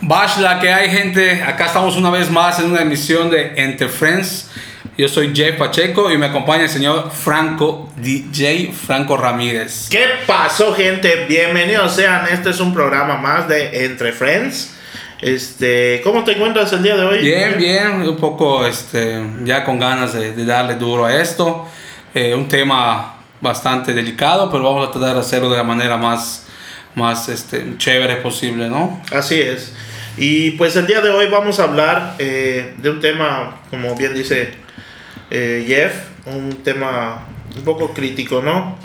Bash, la que hay, gente. Acá estamos una vez más en una emisión de Entre Friends. Yo soy Jeff Pacheco y me acompaña el señor Franco DJ Franco Ramírez. ¿Qué pasó, gente? Bienvenidos sean. Este es un programa más de Entre Friends. ¿Cómo te encuentras el día de hoy? Bien, un poco ya con ganas de darle duro a esto. Un tema bastante delicado, pero vamos a tratar de hacerlo de la manera más chévere posible, ¿no? Así es. Y pues el día de hoy vamos a hablar de un tema, como bien dice Jeff, un tema un poco crítico, ¿no?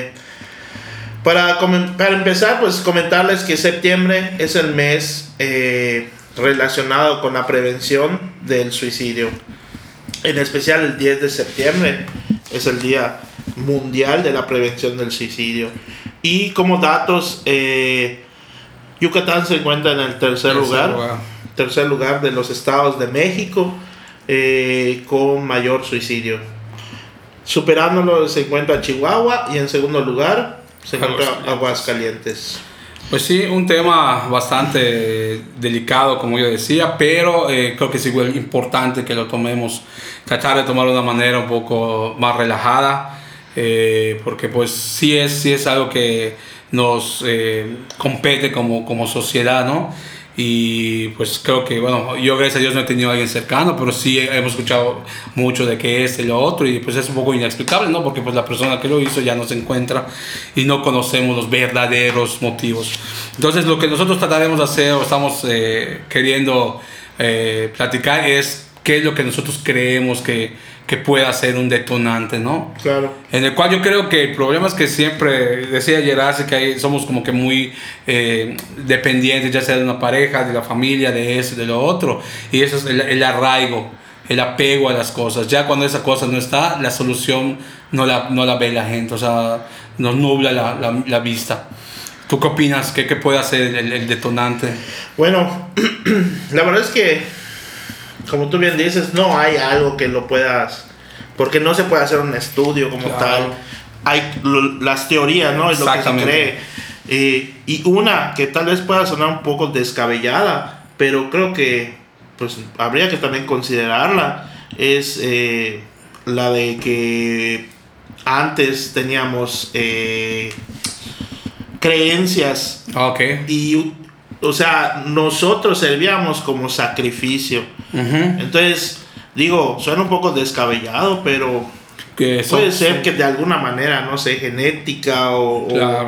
Para empezar, pues comentarles que septiembre es el mes relacionado con la prevención del suicidio. En especial el 10 de septiembre es el Día Mundial de la Prevención del Suicidio. Y como datos, Yucatán se encuentra en el tercer lugar de los estados de México con mayor suicidio. Superándolo se encuentra Chihuahua y en segundo lugar se encuentra Aguascalientes. Pues sí, un tema bastante delicado, como yo decía, pero creo que es igual importante que lo tomemos, tratar de tomarlo de una manera un poco más relajada. Porque pues sí es algo que nos compete como sociedad, ¿no? Y pues creo que, bueno, yo gracias a Dios no he tenido a alguien cercano, pero sí hemos escuchado mucho de que y lo otro, y pues es un poco inexplicable, ¿no? Porque pues la persona que lo hizo ya no se encuentra y no conocemos los verdaderos motivos. Entonces lo que nosotros trataremos de hacer o estamos queriendo platicar es qué es lo que nosotros creemos que pueda ser un detonante, ¿no? Claro. En el cual yo creo que el problema es que siempre, decía Gerard, que somos como que muy dependientes, ya sea de una pareja, de la familia, de eso, de lo otro. Y eso es el arraigo, el apego a las cosas. Ya cuando esa cosa no está, la solución no la ve la gente, o sea, nos nubla la vista. ¿Tú qué opinas? ¿Qué puede hacer el detonante? Bueno, la verdad es que como tú bien dices, no hay algo que lo puedas, porque no se puede hacer un estudio como tal. Hay las teorías, ¿no? Es lo que se cree. Y una que tal vez pueda sonar un poco descabellada, pero creo que pues habría que también considerarla, es la de que antes teníamos creencias. Okay. Y o sea, nosotros servíamos como sacrificio. Uh-huh. Entonces, digo, suena un poco descabellado, pero puede ser que de alguna manera, no sé, genética o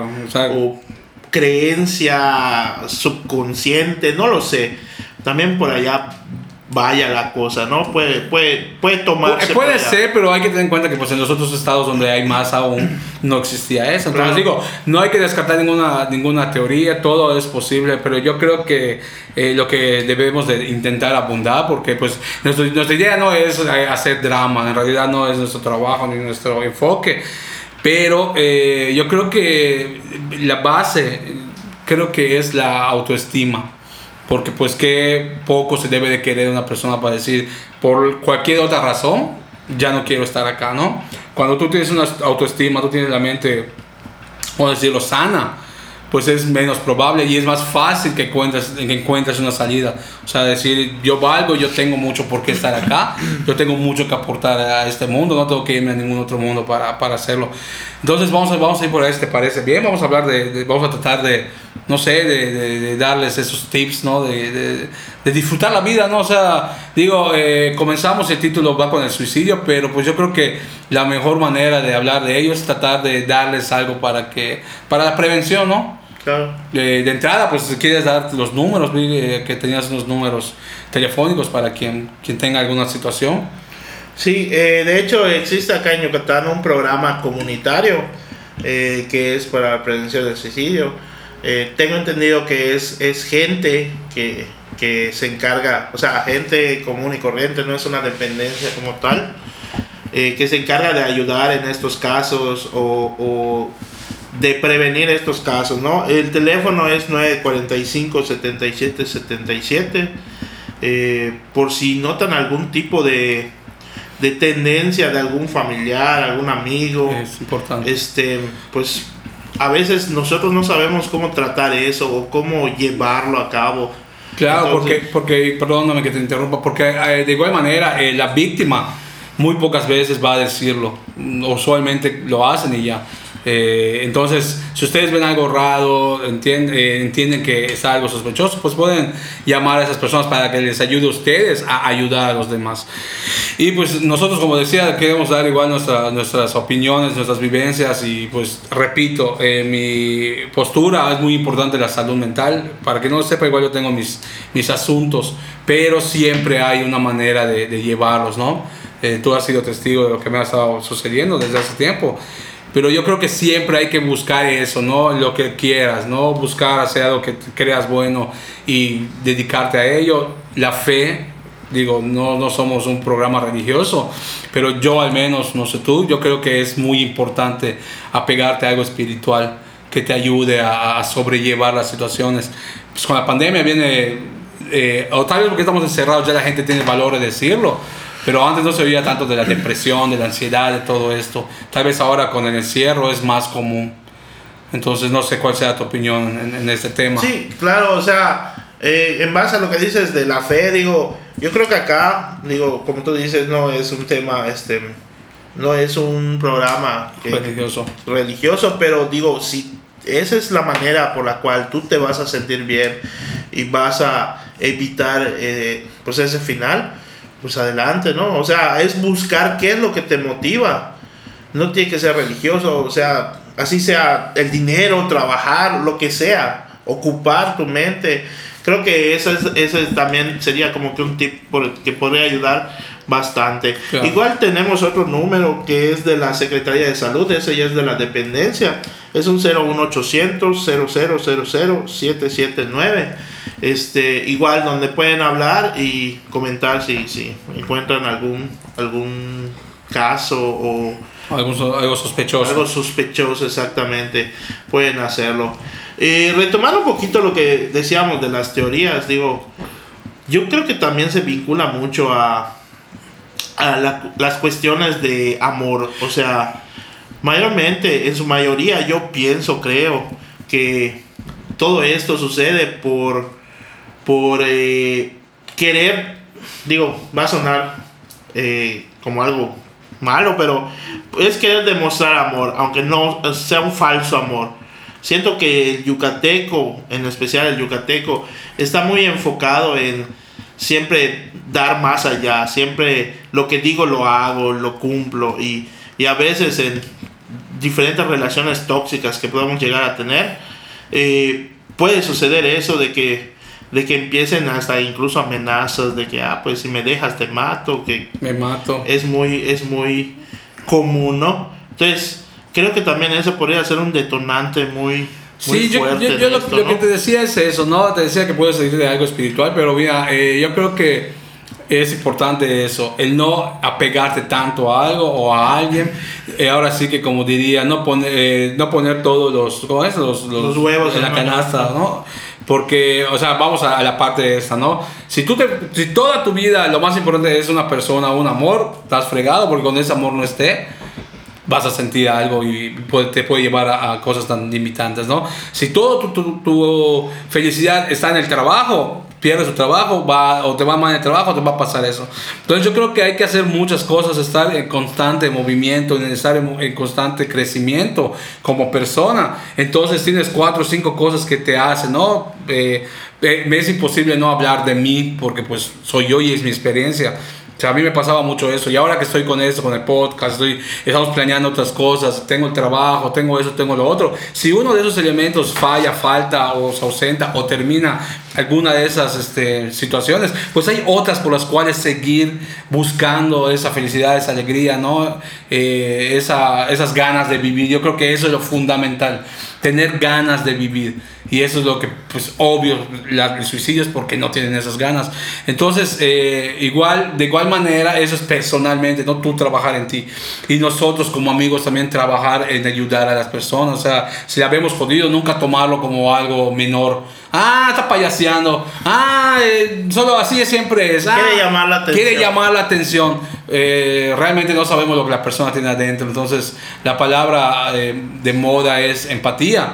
creencia subconsciente, no lo sé. También por allá vaya la cosa, ¿no? Puede tomarse. Puede ser, pero hay que tener en cuenta que pues en los otros estados donde hay más aún no existía eso. Entonces digo, no hay que descartar ninguna teoría, todo es posible, pero yo creo que lo que debemos de intentar abundar, porque pues nuestra idea no es hacer drama, en realidad no es nuestro trabajo ni nuestro enfoque, pero yo creo que la base, creo que es la autoestima. Porque pues que poco se debe de querer una persona para decir, por cualquier otra razón, ya no quiero estar acá, ¿no? Cuando tú tienes una autoestima, tú tienes la mente, vamos a decirlo, sana, pues es menos probable y es más fácil que encuentres una salida. O sea, decir, yo valgo, yo tengo mucho por qué estar acá, yo tengo mucho que aportar a este mundo, no tengo que irme a ningún otro mundo para hacerlo. Entonces vamos a ir por ahí, ¿te parece bien? Vamos a hablar vamos a tratar de, no sé, de darles esos tips, ¿no? De disfrutar la vida, ¿no? O sea, digo, comenzamos, el título va con el suicidio, pero pues yo creo que la mejor manera de hablar de ello es tratar de darles algo para la prevención, ¿no? Claro. De entrada, pues si quieres dar los números, que tenías unos números telefónicos para quien tenga alguna situación. Sí, de hecho existe acá en Yucatán un programa comunitario que es para la prevención del suicidio. Tengo entendido que es gente que se encarga, o sea, gente común y corriente, no es una dependencia como tal, que se encarga de ayudar en estos casos o de prevenir estos casos, ¿no? El teléfono es 945-7777. Por si notan algún tipo de tendencia de algún familiar, algún amigo, es importante. Pues a veces nosotros no sabemos cómo tratar eso o cómo llevarlo a cabo. Claro, Entonces, porque, perdóname que te interrumpa, porque de igual manera la víctima muy pocas veces va a decirlo, usualmente lo hacen y ya. Entonces, si ustedes ven algo raro, entienden que es algo sospechoso, pues pueden llamar a esas personas para que les ayude a ustedes a ayudar a los demás. Y pues nosotros, como decía, queremos dar igual nuestras opiniones, nuestras vivencias y pues repito, mi postura es muy importante la salud mental. Para que no lo sepa, igual yo tengo mis asuntos, pero siempre hay una manera de llevarlos, ¿no? Tú has sido testigo de lo que me ha estado sucediendo desde hace tiempo. Pero yo creo que siempre hay que buscar eso, ¿no? Lo que quieras, ¿no? Buscar hacer algo que creas bueno y dedicarte a ello. La fe, digo, no somos un programa religioso, pero yo al menos, no sé tú, yo creo que es muy importante apegarte a algo espiritual que te ayude a sobrellevar las situaciones. Pues con la pandemia viene, o tal vez porque estamos encerrados ya la gente tiene el valor de decirlo. Pero antes no se oía tanto de la depresión, de la ansiedad, de todo esto. Tal vez ahora con el encierro es más común. Entonces no sé cuál sea tu opinión en este tema. Sí, claro, o sea, en base a lo que dices de la fe, digo, yo creo que acá, digo, como tú dices, no es un tema, no es un programa religioso, pero digo, si esa es la manera por la cual tú te vas a sentir bien y vas a evitar pues ese final, pues adelante, ¿no? O sea, es buscar qué es lo que te motiva. No tiene que ser religioso, o sea, así sea el dinero, trabajar, lo que sea, ocupar tu mente. Creo que ese también sería como que un tip que podría ayudar bastante. Claro. Igual tenemos otro número que es de la Secretaría de Salud, ese ya es de la dependencia. Es un 01800 0000 779. Igual donde pueden hablar y comentar si encuentran algún caso o algo sospechoso. Algo sospechoso, exactamente. Pueden hacerlo. Retomando un poquito lo que decíamos de las teorías, digo, yo creo que también se vincula mucho a las cuestiones de amor. O sea, mayormente, en su mayoría, yo creo que todo esto sucede por querer, digo, va a sonar como algo malo, pero es querer demostrar amor, aunque no sea un falso amor. Siento que el yucateco, en especial el yucateco, está muy enfocado en siempre dar más allá, siempre lo que digo lo hago, lo cumplo, y a veces en diferentes relaciones tóxicas que podemos llegar a tener, puede suceder eso de que empiecen hasta incluso amenazas de que pues si me dejas te mato, que me mato. Es muy común, ¿no? Entonces creo que también eso podría ser un detonante muy fuerte. Yo lo que te decía es eso, ¿no? Te decía que puedes salir de algo espiritual, pero mira, yo creo que es importante eso, el no apegarte tanto a algo o a alguien. Ahora sí que, como diría, no poner todos los huevos en la canasta, ¿no? Porque, o sea, vamos a la parte de esta, ¿no? Si toda tu vida lo más importante es una persona, un amor, estás fregado, porque cuando ese amor no esté, vas a sentir algo y te puede llevar a cosas tan limitantes, ¿no? Si toda tu felicidad está en el trabajo, pierdes tu trabajo, o te va mal en el trabajo, te va a pasar eso. Entonces yo creo que hay que hacer muchas cosas, estar en constante movimiento, estar en constante crecimiento como persona. Entonces tienes 4 o 5 cosas que te hacen, ¿no? Me es imposible no hablar de mí porque pues soy yo y es mi experiencia. O sea, a mí me pasaba mucho eso, y ahora que estoy con esto, con el podcast, estamos planeando otras cosas, tengo el trabajo, tengo eso, tengo lo otro. Si uno de esos elementos falta o se ausenta o termina alguna de esas situaciones, pues hay otras por las cuales seguir buscando esa felicidad, esa alegría, ¿no? Esas ganas de vivir. Yo creo que eso es lo fundamental, tener ganas de vivir. Y eso es lo que, pues obvio, el suicidio es porque no tienen esas ganas. Entonces, de igual manera, eso es personalmente, no tú trabajar en ti. Y nosotros como amigos también trabajar en ayudar a las personas. O sea, si la vemos jodido, nunca tomarlo como algo menor. Está payaseando. Solo así siempre es. Quiere llamar la atención. Realmente no sabemos lo que la persona tiene adentro. Entonces, la palabra de moda es empatía.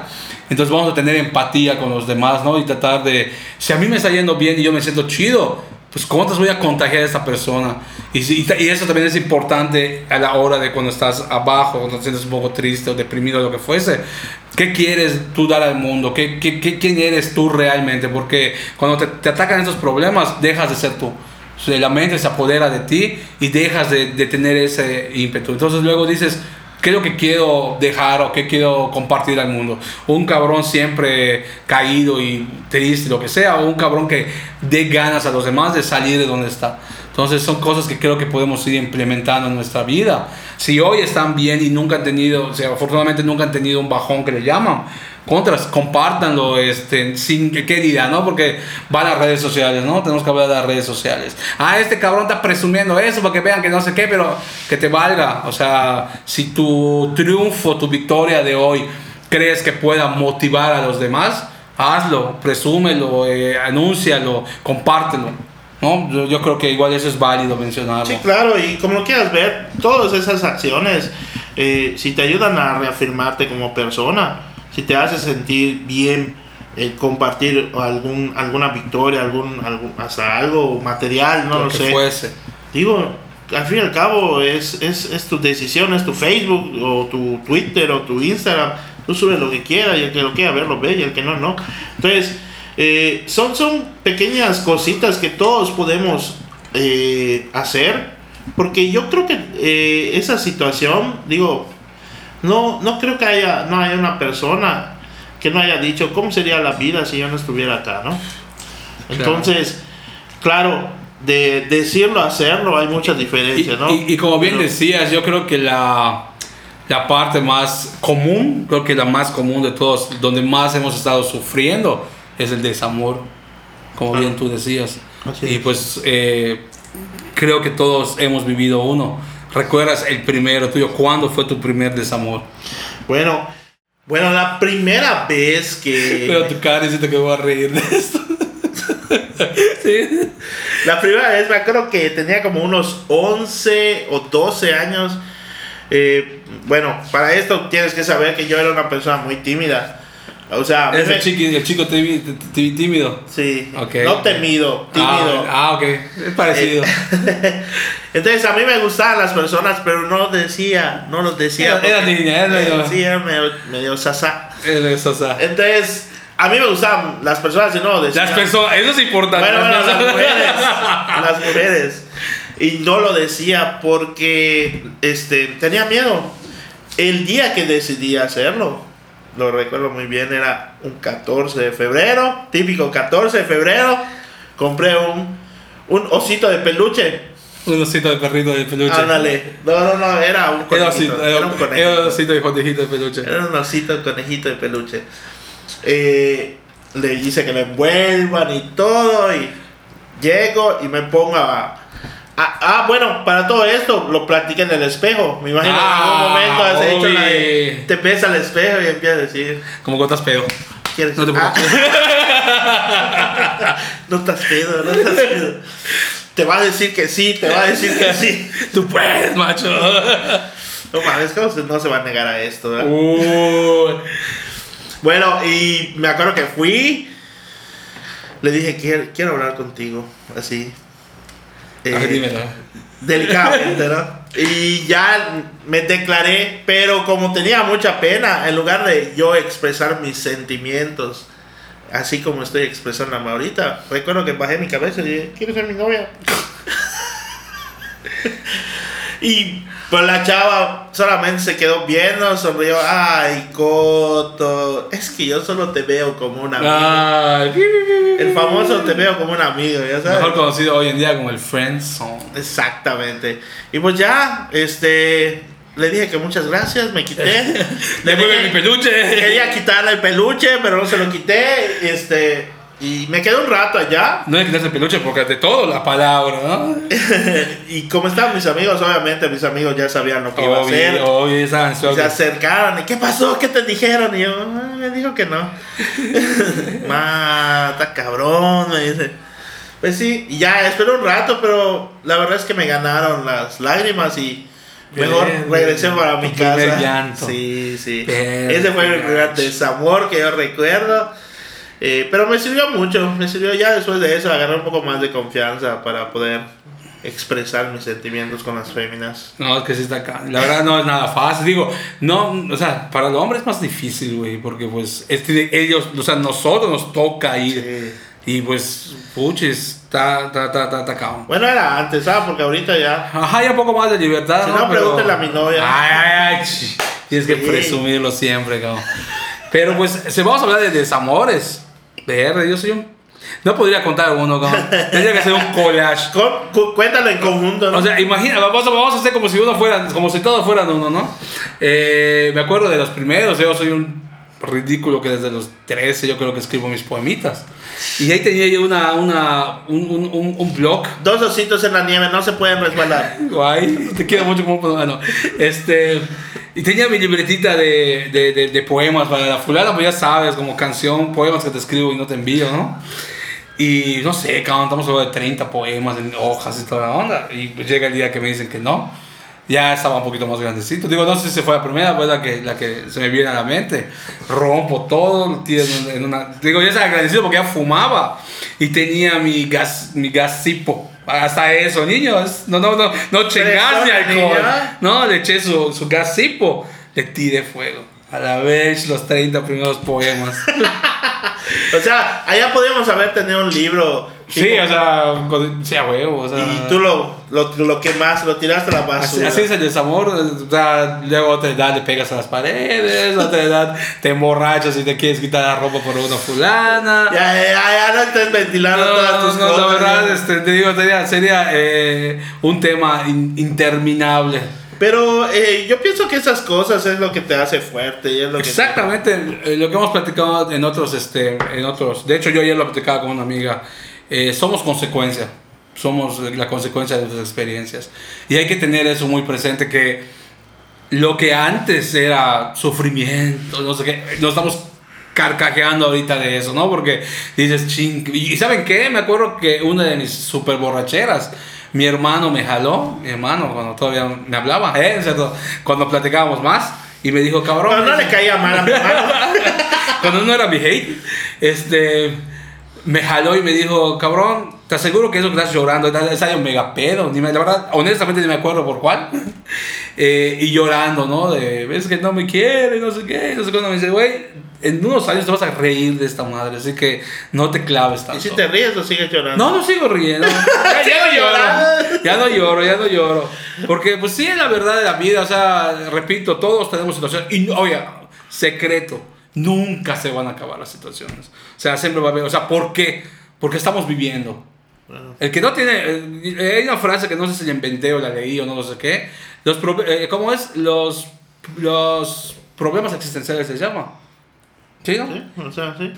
Entonces vamos a tener empatía con los demás, ¿no? Y tratar de, si a mí me está yendo bien y yo me siento chido, pues ¿cómo te voy a contagiar a esta persona? Y eso también es importante a la hora de cuando estás abajo, cuando te sientes un poco triste o deprimido, lo que fuese. ¿Qué quieres tú dar al mundo? ¿Quién eres tú realmente? Porque cuando te atacan estos problemas, dejas de ser tú. O sea, la mente se apodera de ti y dejas de tener ese ímpetu. Entonces luego dices, ¿qué es lo que quiero dejar o qué quiero compartir al mundo? Un cabrón siempre caído y triste, lo que sea, o un cabrón que dé ganas a los demás de salir de donde está. Entonces son cosas que creo que podemos ir implementando en nuestra vida. Si hoy están bien y nunca han tenido, o sea, afortunadamente nunca han tenido un bajón que le llaman, compártanlo sin querida, ¿no? Porque van a las redes sociales, ¿no? Tenemos que hablar de las redes sociales. Este cabrón está presumiendo eso para que vean que no sé qué, pero que te valga. O sea, si tu triunfo, tu victoria de hoy crees que pueda motivar a los demás, hazlo, presúmelo, anúncialo, compártelo, ¿no? Yo creo que igual eso es válido mencionarlo. Sí, claro, y como lo quieras ver, todas esas acciones, si te ayudan a reafirmarte como persona, si te hace sentir bien, compartir alguna victoria, hasta algo material, no lo sé. Fuese. Digo, al fin y al cabo es tu decisión, es tu Facebook o tu Twitter o tu Instagram. Tú subes lo que quieras y el que lo quiera ver lo ve y el que no, no. Entonces, son pequeñas cositas que todos podemos hacer, porque yo creo que esa situación, digo, no creo que no haya una persona que no haya dicho cómo sería la vida si yo no estuviera acá, ¿no? Entonces, claro, de decirlo a hacerlo hay muchas diferencias, ¿no? Y como bien decías, yo creo que la parte más común, creo que la más común de todos, donde más hemos estado sufriendo, es el desamor, como bien tú decías. Y pues creo que todos hemos vivido uno. ¿Recuerdas el primero tuyo? ¿Cuándo fue tu primer desamor? Bueno, la primera vez que... Pero tu cara dice que voy a reír de esto. Sí. La primera vez me acuerdo que tenía como unos 11 o 12 años. Bueno, para esto tienes que saber que yo era una persona muy tímida. O sea, ¿Es el chico tímido? Sí, okay. No temido, tímido. Ok, es parecido. Entonces a mí me gustaban las personas, pero no los decía. Era niña, era medio... Sí, era medio sasá. Era medio sasá. Entonces, a mí me gustaban las personas y no lo decía. Las personas, eso es importante. Bueno, las mujeres. Y no lo decía porque tenía miedo. El día que decidí hacerlo, lo recuerdo muy bien, era un 14 de febrero, típico 14 de febrero, compré un osito de peluche. Un osito de perrito de peluche. Ándale, no, era un conejito. Era un conejito. Era un osito de conejito de peluche. Era un osito de conejito de peluche. Le hice que lo envuelvan y todo, y llego y me pongo bueno, para todo esto lo practiqué en el espejo. Me imagino que en algún momento has hecho te ves al espejo y empiezas a decir, como cuando estás pedo. ¿Quieres? No te preocupes. No estás pedo. Te va a decir que sí, Tú puedes, macho. No mames, no se va a negar a esto, ¿verdad? Bueno, y me acuerdo que fui. Le dije, quiero hablar contigo. Así. Dímelo. Delicadamente, ¿no? Y ya me declaré, pero como tenía mucha pena, en lugar de yo expresar mis sentimientos, así como estoy expresando ahorita, recuerdo que bajé mi cabeza y dije, ¿quieres ser mi novia? Y pues la chava solamente se quedó viendo, sonrió, ay, Coto, es que yo solo te veo como un amigo. El famoso te veo como un amigo, ya sabes. Mejor conocido hoy en día como el friendzone. Exactamente. Y pues ya, le dije que muchas gracias, me quité. Devuelve mi peluche. Quería quitarle el peluche, pero no se lo quité. Y me quedé un rato allá. No hay que quitarse el peluche porque de todo la palabra, ¿no? Y como estaban mis amigos, obviamente mis amigos ya sabían lo que iba a hacer. Obvio, se acercaron y ¿qué pasó? ¿Qué te dijeron? Y yo, me dijo que no. Está cabrón, me dice. Pues sí, y ya esperé un rato, pero la verdad es que me ganaron las lágrimas y Mejor regresé para mi primer casa. llanto. Sí, sí. Verde, Ese fue el primer desamor que yo recuerdo. Pero me sirvió mucho. Me sirvió ya después de eso agarrar un poco más de confianza para poder expresar mis sentimientos con las féminas. No, es que sí está acá. La verdad no es nada fácil. Digo, no, o sea, para el hombre es más difícil, güey, porque pues ellos, o sea, nosotros nos toca ir. Sí. Y pues, puchis, está cabrón. Bueno, era antes, ¿sabes? Porque ahorita ya. Ajá, hay un poco más de libertad. Si no, pregúntale a mi novia. Ay, tienes que Sí. presumirlo siempre, cabrón. Pero pues, si vamos a hablar de desamores, yo soy no podría contar uno, cabrón. Tendría que hacer un collage. Cuéntalo en conjunto, ¿no? O sea, imagina, vamos a hacer como si como si todos fueran uno, ¿no? Me acuerdo de los primeros, yo soy un ridículo que desde los 13 yo creo que escribo mis poemitas. Y ahí tenía yo un blog. 2 ositos en la nieve, no se pueden resbalar. Guay, te quiero mucho como bueno, y tenía mi libretita de poemas para la fulana, pues ya sabes, como canción, poemas que te escribo y no te envío, ¿no? Y no sé, cabrón, estamos hablando de 30 poemas en hojas y toda la onda. Y pues llega el día que me dicen que no. Ya estaba un poquito más grandecito. Digo, no sé si fue la primera, pues la que se me viene a la mente. Rompo todo, lo tiro en una. Digo, ya estaba agradecido porque ya fumaba. Y tenía mi gas Zippo. Hasta eso, niños. No eché gas ni alcohol. No, le eché su gas Zippo. Le tiré fuego. A la vez los 30 primeros poemas. O sea, allá podíamos haber tenido un libro. Sí, o sea, huevo, o sea. Y tú lo quemaste, lo tiraste a la basura. Así es el desamor, o sea, luego a otra edad le pegas a las paredes, a otra edad te emborrachas y te quieres quitar la ropa por una fulana. Ya no estés ventilando todas tus cosas. La verdad, te digo, sería un tema interminable. Pero yo pienso que esas cosas es lo que te hace fuerte. Y es lo exactamente, lo que hemos platicado en otros. De hecho, yo ayer lo platicaba con una amiga. Somos consecuencia. Somos la consecuencia de nuestras experiencias. Y hay que tener eso muy presente, que lo que antes era sufrimiento, no sé qué, nos estamos carcajeando ahorita de eso, ¿no? Porque dices, ching. ¿Y saben qué? Me acuerdo que una de mis super borracheras, mi hermano me jaló, cuando todavía me hablaba, ¿cierto? Cuando platicábamos más, y me dijo, cabrón. Pero no le caía mal a mi hermano. Cuando no era mi hate, me jaló y me dijo, cabrón, te aseguro que eso que estás llorando, estás un mega pedo. La verdad, honestamente, ni me acuerdo por cuál. Y llorando, ¿no? Ves que no me quiere, no sé qué, no sé cuándo. Me dice, güey, en unos años te vas a reír de esta madre, así que no te claves tanto. ¿Y si te ríes o sigues llorando? No sigo riendo. Ya no lloro. Porque, pues sí, es la verdad de la vida. O sea, repito, todos tenemos situaciones. Y, oye, secreto, nunca se van a acabar las situaciones. O sea, siempre va a haber. O sea, ¿por qué? Porque estamos viviendo. Bueno. El que no tiene. Hay una frase que no sé si la inventé o la leí o no sé qué. ¿Cómo es? Los problemas existenciales se llama. ¿Sí, no? Sí, o sea, sí.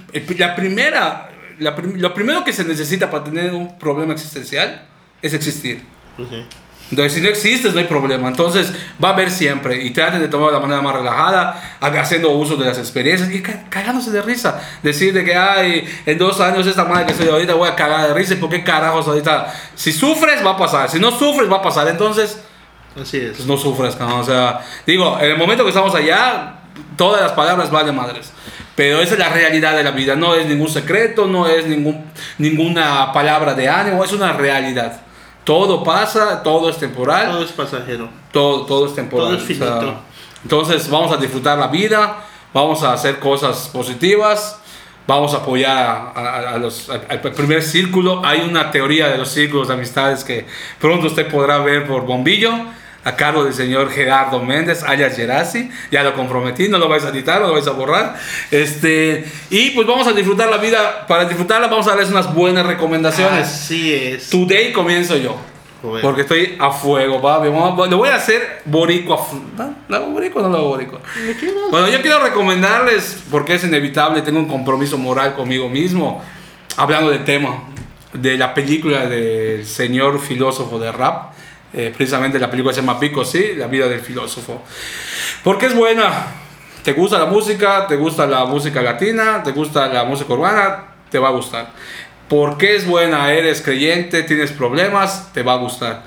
Lo primero que se necesita para tener un problema existencial es existir. Pues sí. Entonces, si no existes, no hay problema. Entonces, va a haber siempre. Y traten de tomarlo de la manera más relajada, haciendo uso de las experiencias y cagándose de risa. Decir de que, ay, en 2 años esta madre que estoy ahorita voy a cagar de risa. ¿Y por qué carajos ahorita? Si sufres, va a pasar. Si no sufres, va a pasar. Entonces, así es. Pues no sufres, ¿no? O sea, digo, en el momento que estamos allá, todas las palabras valen madres. Pero esa es la realidad de la vida. No es ningún secreto, no es ninguna palabra de ánimo, es una realidad. Todo pasa, todo es temporal. Todo es pasajero. Todo es temporal. Todo es finito. O sea, entonces vamos a disfrutar la vida, vamos a hacer cosas positivas, vamos a apoyar al primer círculo. Hay una teoría de los círculos de amistades que pronto usted podrá ver por Bombillo, a cargo del señor Gerardo Méndez, alias Gerasi. Ya lo comprometí, no lo vais a editar, no lo vais a borrar. Y pues vamos a disfrutar la vida. Para disfrutarla vamos a darles unas buenas recomendaciones. Así es. Today comienzo yo. Joder. Porque estoy a fuego, papi. Lo voy a hacer boricua. ¿Lo hago boricua o no lo hago boricua? Bueno, yo quiero recomendarles, porque es inevitable, tengo un compromiso moral conmigo mismo, hablando del tema, de la película del señor filósofo de rap. Precisamente la película se llama Pico, sí, la vida del filósofo. Porque es buena. ¿Te gusta la música? ¿Te gusta la música latina? ¿Te gusta la música urbana? Te va a gustar. ¿Por qué es buena? ¿Eres creyente? ¿Tienes problemas? Te va a gustar.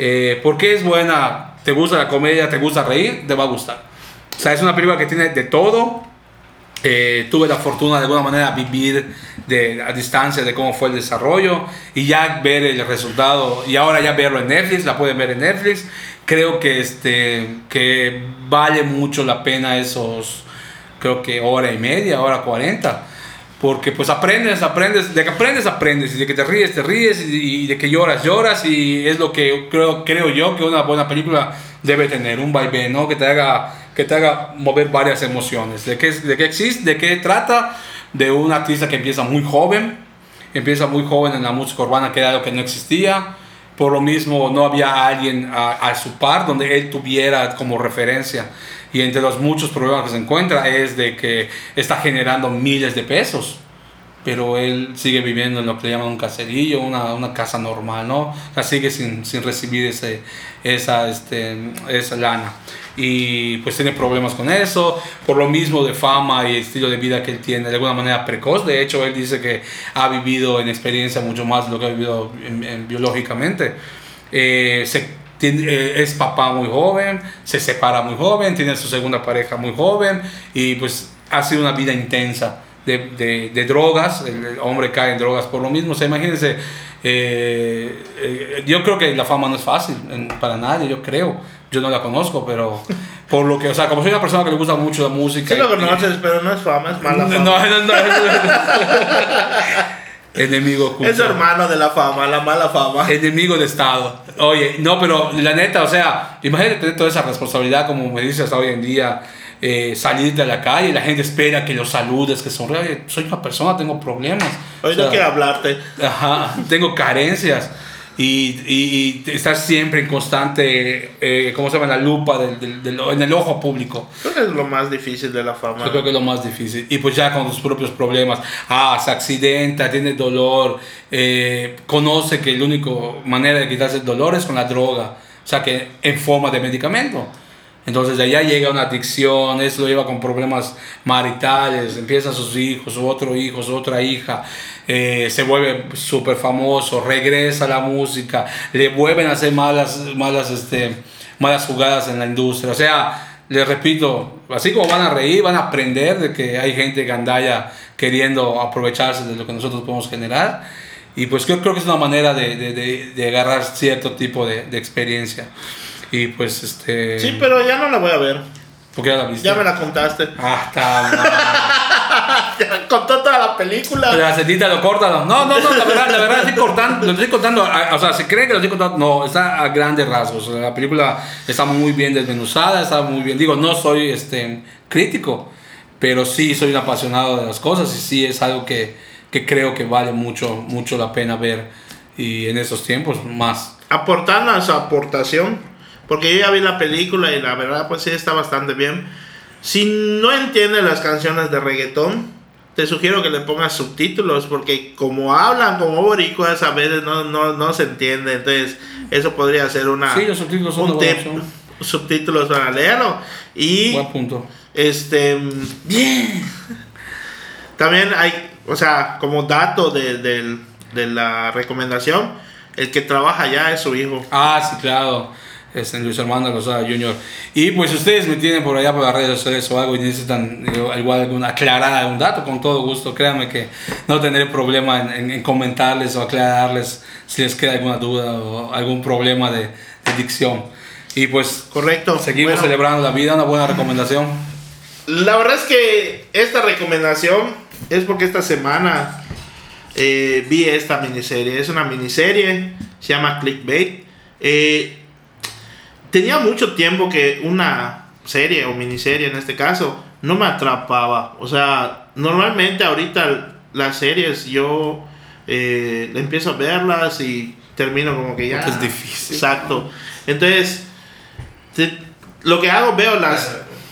Porque es buena, te gusta la comedia, te gusta reír, te va a gustar. O sea, es una película que tiene de todo. Tuve la fortuna de alguna manera vivir a distancia de cómo fue el desarrollo y ya ver el resultado y ahora ya verlo en Netflix, la pueden ver en Netflix. Creo que vale mucho la pena esos, creo que hora y media, hora 40, porque pues aprendes, de que aprendes y de que te ríes y de que lloras y es lo que creo yo que una buena película debe tener, un vaivén, ¿no? Que te haga mover varias emociones. ¿De qué trata? De un artista que empieza muy joven en la música urbana, que era algo que no existía. Por lo mismo no había alguien a su par donde él tuviera como referencia. Y entre los muchos problemas que se encuentra es de que está generando miles de pesos, pero él sigue viviendo en lo que le llaman un caserillo, una casa normal, ¿no? O sea, sigue sin recibir esa lana. Y pues tiene problemas con eso, por lo mismo de fama y estilo de vida que él tiene de alguna manera precoz. De hecho, él dice que ha vivido en experiencia mucho más de lo que ha vivido biológicamente. Es papá muy joven, se separa muy joven, tiene su segunda pareja muy joven y pues ha sido una vida intensa de drogas. El hombre cae en drogas por lo mismo. O sea, imagínense, yo creo que la fama no es fácil para nadie, yo no la conozco, pero por lo que, o sea, como soy una persona que le gusta mucho la música. Sí lo conoces, pero no es fama, es mala fama. No. Enemigo oculto. Es hermano de la fama, la mala fama. Enemigo de Estado. Oye, no, pero la neta, o sea, imagínate tener toda esa responsabilidad, como me dices hasta hoy en día, salir de la calle y la gente espera que lo saludes, que sonríe. Oye, soy una persona, tengo problemas. Hoy no quiero hablarte. Ajá, tengo carencias. Y estar siempre en constante, ¿cómo se llama? La lupa en el ojo público. Creo que es lo más difícil de la fama. Yo creo que es lo más difícil. Y pues ya con sus propios problemas. Se accidenta, tiene dolor. Conoce que la única manera de quitarse el dolor es con la droga. O sea, que en forma de medicamento. Entonces de allá llega una adicción, eso lo lleva con problemas maritales, empieza sus hijos, su otro hijo, su otra hija, se vuelve súper famoso, regresa a la música, le vuelven a hacer malas jugadas en la industria. O sea, les repito, así como van a reír, van a aprender de que hay gente gandalla queriendo aprovecharse de lo que nosotros podemos generar. Y pues yo creo que es una manera de agarrar cierto tipo de experiencia. Y pues Sí, pero ya no la voy a ver. ¿Por qué ya la viste? Ya me la contaste. Está Te contó toda la película. La setita lo corta. No, la verdad lo estoy contando. O sea, se cree que lo estoy contando. No, está a grandes rasgos. La película está muy bien desmenuzada, está muy bien. Digo, no soy crítico, pero sí soy un apasionado de las cosas y sí es algo que creo que vale mucho la pena ver. Y en esos tiempos más. Aportando a su aportación. Porque yo ya vi la película y la verdad pues sí está bastante bien. Si no entiendes las canciones de reggaetón, te sugiero que le pongas subtítulos, porque como hablan como boricuas a veces no se entiende. Entonces eso podría ser Sí, los subtítulos son un tip. Subtítulos para leerlo. Y buen punto. Bien. También hay, o sea, como dato de la recomendación, el que trabaja allá es su hijo. Sí, claro. Luis Armando Lozada Jr. Y pues si ustedes me tienen por allá por las redes sociales o algo y necesitan igual aclarar algún dato, con todo gusto, créanme que no tendré problema en comentarles o aclararles si les queda alguna duda o algún problema de dicción. Y pues correcto, seguimos celebrando la vida, una buena recomendación. La verdad es que esta recomendación es porque esta semana vi esta miniserie. Es una miniserie, se llama Clickbait. Tenía mucho tiempo que una serie o miniserie en este caso no me atrapaba. O sea, normalmente ahorita las series yo empiezo a verlas y termino como que ya... Es difícil. Exacto. Entonces, lo que hago, veo las...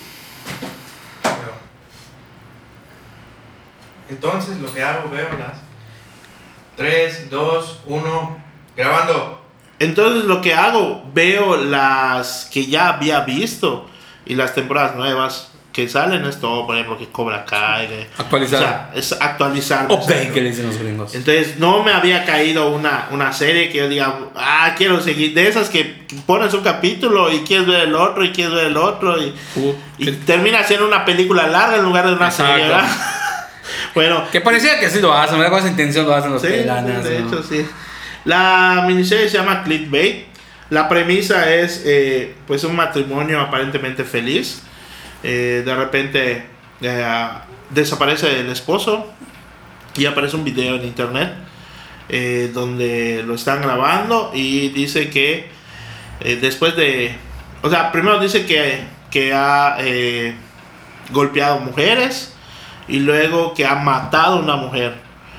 Entonces, lo que hago, veo las... 3, 2, 1, grabando. Entonces lo que hago, veo las que ya había visto y las temporadas nuevas. que salen es todo, por ejemplo, que Cobra Kai. Actualizar. O sea, es actualizar. Update, que le dicen los gringos. Entonces no me había caído una serie que yo diga, quiero seguir. De esas que pones un capítulo y quieres ver el otro y quieres ver el otro. Y termina siendo una película larga en lugar de una serie, ¿verdad? Bueno. Que parecía que sí lo hacen, ¿verdad? Con esa intención lo hacen los pelanas. De hecho, sí. La miniserie se llama Clickbait. La premisa es pues un matrimonio aparentemente feliz. De repente desaparece el esposo y aparece un video en internet donde lo están grabando y dice que después de, o sea, primero dice que ha golpeado mujeres y luego que ha matado a una mujer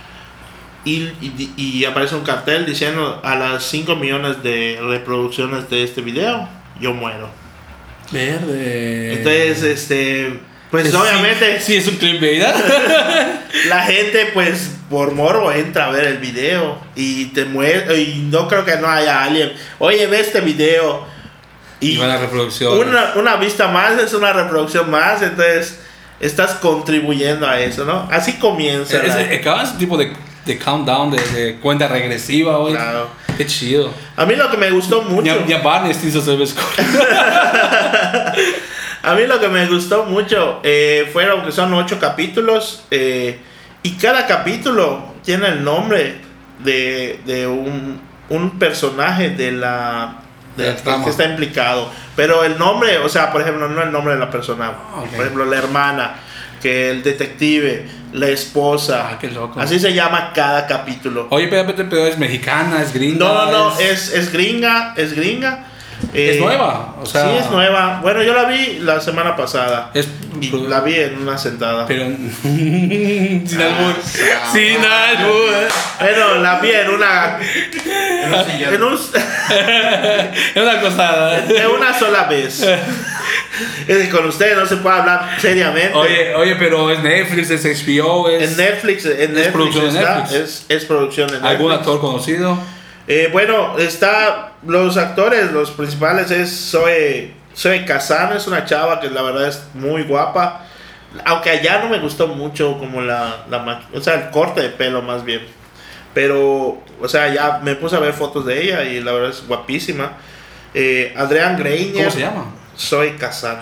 y aparece un cartel diciendo: a las 5 millones de reproducciones de este video yo muero. Verde. Entonces, pues obviamente sí es un clip, ¿verdad? la gente pues por morbo entra a ver el video y te muere, y no creo que no haya alguien, oye, ve este video y van a reproducción. Una vista más es una reproducción más, entonces estás contribuyendo a eso, ¿no? Así comienza. Acaba ese tipo de countdown, de cuenta regresiva hoy. Claro. Qué chido. A mí lo que me gustó mucho. Ya Barney hizo se A mí lo que me gustó mucho fueron que son 8 capítulos y cada capítulo tiene el nombre de un personaje de que está implicado. Pero el nombre, o sea, por ejemplo, no el nombre de la persona. Okay. Por ejemplo, la hermana, que el detective, la esposa. Qué loco. Así se llama cada capítulo. Oye, pero es mexicana, es gringa. No, es gringa, es gringa. ¿Es nueva? O sea, sí, es nueva. Bueno, yo la vi la semana pasada. La vi en una sentada. Pero sin albur. Sin albur. Bueno, la vi en una. En una acostada. En una sola vez. Es que con ustedes no se puede hablar seriamente. Oye, pero es Netflix, es HBO, es Netflix, es producción de Netflix. Es producción de Netflix. ¿Algún actor conocido? Bueno, los actores, los principales es Zoe Kazan, es una chava que la verdad es muy guapa. Aunque allá no me gustó mucho como o sea, el corte de pelo más bien. Pero, o sea, ya me puse a ver fotos de ella y la verdad es guapísima. Adrián Grenier. ¿Cómo se llama? Zoe Kazan.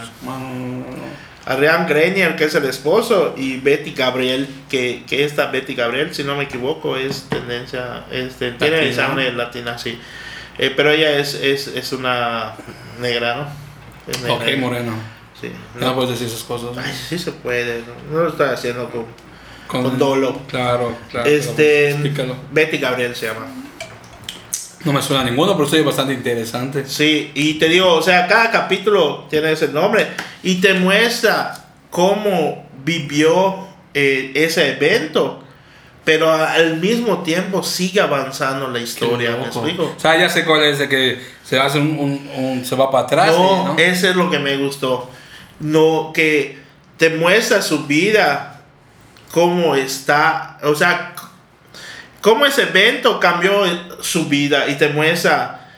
Adrián Grenier, que es el esposo, y Betty Gabriel, que esta Betty Gabriel, si no me equivoco, es tendencia, tiene sangre latina, sí. Pero ella es una negra, ¿no? Es negra. Ok, moreno. Sí. No puedes decir esas cosas. Ay, sí se puede, no lo estoy haciendo con dolo. Claro. Explícalo. Betty Gabriel se llama. No me suena a ninguno, pero soy bastante interesante. Sí, y te digo, o sea, cada capítulo tiene ese nombre y te muestra cómo vivió ese evento, pero al mismo tiempo sigue avanzando la historia. ¿Me explico? O sea, ya sé cuál es, de que se hace se va para atrás. No, ese es lo que me gustó. No, que te muestra su vida, cómo está, o sea, cómo ese evento cambió su vida y te muestra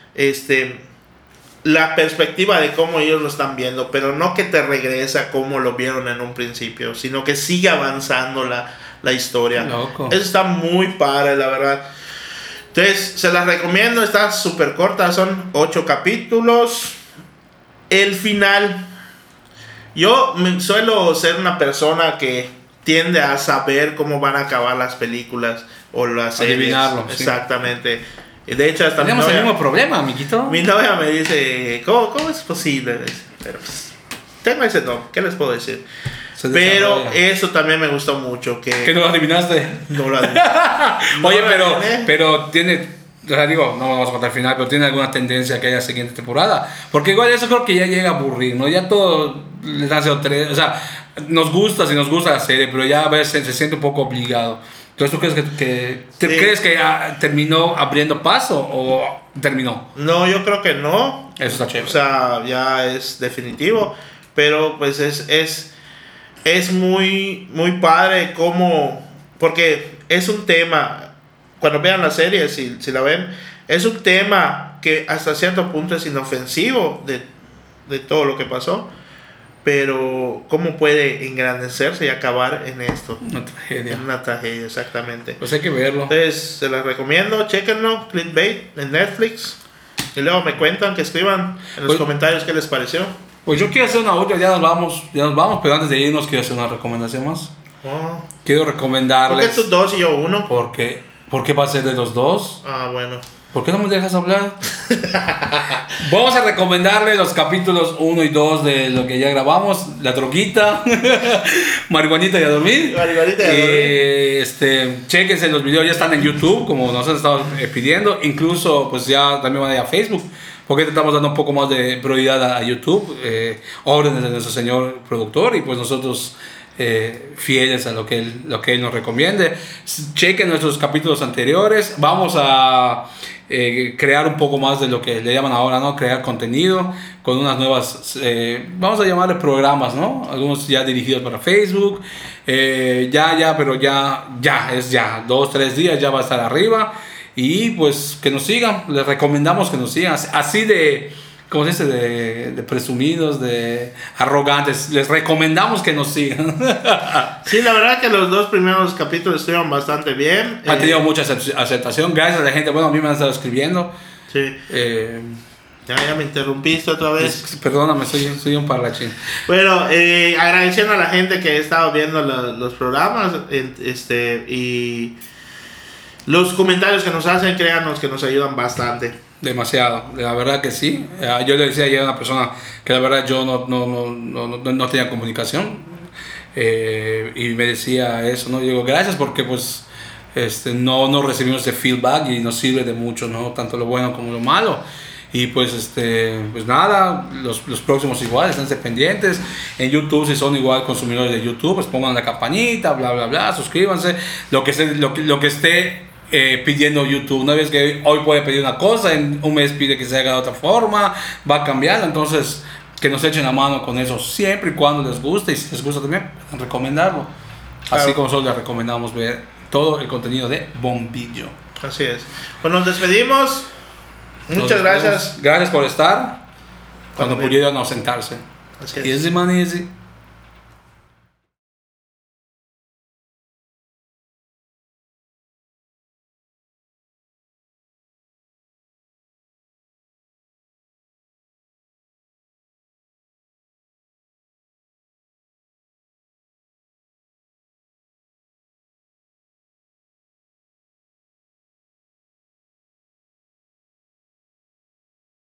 la perspectiva de cómo ellos lo están viendo, pero no que te regresa como lo vieron en un principio, sino que sigue avanzando la historia. Loco. Eso está muy padre, la verdad. Entonces, se las recomiendo, está súper corta, son 8 capítulos. El final, yo suelo ser una persona que tiende a saber cómo van a acabar las películas o las series. Adivinarlo. Exactamente. Sí. De hecho, hasta tenemos el mismo problema, amiguito. Mi novia me dice, ¿cómo es posible? Pero pues, tengo ese don, ¿qué les puedo decir? Pero eso también me gustó mucho. ¿Que no lo adivinaste? No lo adiviné. Oye, pero tiene, o sea, digo, no vamos a contar el final, pero tiene alguna tendencia que haya siguiente temporada. Porque igual eso creo que ya llega a aburrir, ¿no? Ya todo les hace otra, o sea, nos gusta la serie, pero ya a veces se siente un poco obligado. Entonces, ¿tú crees que terminó abriendo paso o terminó? No, yo creo que no. Eso está chévere. O sea, ya es definitivo. Pero pues es muy, muy padre como... Porque es un tema, cuando vean la serie, si la ven, es un tema que hasta cierto punto es inofensivo de todo lo que pasó. pero cómo puede engrandecerse y acabar en esto. Una tragedia. En una tragedia, exactamente. Pues hay que verlo. Entonces, se las recomiendo, chéquenlo, Clickbait en Netflix. Y luego me cuentan, que escriban en los Pues- comentarios qué les pareció. Pues yo quiero hacer una última, ya nos vamos, pero antes de irnos quiero hacer una recomendación más. Oh. Quiero ¿Por qué recomendarles... tú dos y yo uno? ¿Por qué va a ser de los dos? Ah, bueno. ¿Por qué no me dejas hablar? Vamos a recomendarle los capítulos 1 y 2 de lo que ya grabamos. La droguita, marihuanita y a dormir. Marihuanita y a dormir. Chéquense los videos, ya están en YouTube, como nos han estado pidiendo. Incluso, pues ya también van a ir a Facebook. Porque te estamos dando un poco más de prioridad a YouTube. Órdenes de nuestro señor productor y pues nosotros... fieles a lo que él nos recomiende. Chequen nuestros capítulos anteriores. Vamos a crear un poco más de lo que le llaman ahora, ¿no? Crear contenido con unas nuevas, vamos a llamarle programas, ¿no? Algunos ya dirigidos para Facebook. Pero ya 2-3 días ya va a estar arriba. Y pues que nos sigan. Les recomendamos que nos sigan. Así de... ¿Cómo se dice? De presumidos, de arrogantes. Les recomendamos que nos sigan. Sí, la verdad que los dos primeros capítulos estuvieron bastante bien. Ha tenido mucha aceptación. Gracias a la gente. Bueno, a mí me han estado escribiendo. Sí. Ya me interrumpiste otra vez. Perdóname, soy un parlachín. Bueno, agradeciendo a la gente que ha estado viendo los programas y los comentarios que nos hacen, créanos que nos ayudan bastante. Demasiado, la verdad que sí. Yo le decía ayer a una persona que la verdad yo no tenía comunicación y me decía eso, ¿no? Y digo, gracias porque pues no recibimos ese feedback y nos sirve de mucho, ¿no? Tanto lo bueno como lo malo. Y pues pues nada, los próximos igual, estén pendientes. En YouTube, si son igual consumidores de YouTube, pues pongan la campanita, bla bla bla, suscríbanse, lo que esté pidiendo YouTube. Una vez que hoy puede pedir una cosa, en un mes pide que se haga de otra forma, va cambiando. Entonces que nos echen la mano con eso siempre y cuando les guste, y si les gusta también recomendarlo, así Claro. como nosotros les recomendamos ver todo el contenido de Bombillo. Así es. Pues nos despedimos. Muchas Nos gracias. vemos. Gracias por estar cuando Cuando pudieron ausentarse. Así es. Easy man, easy.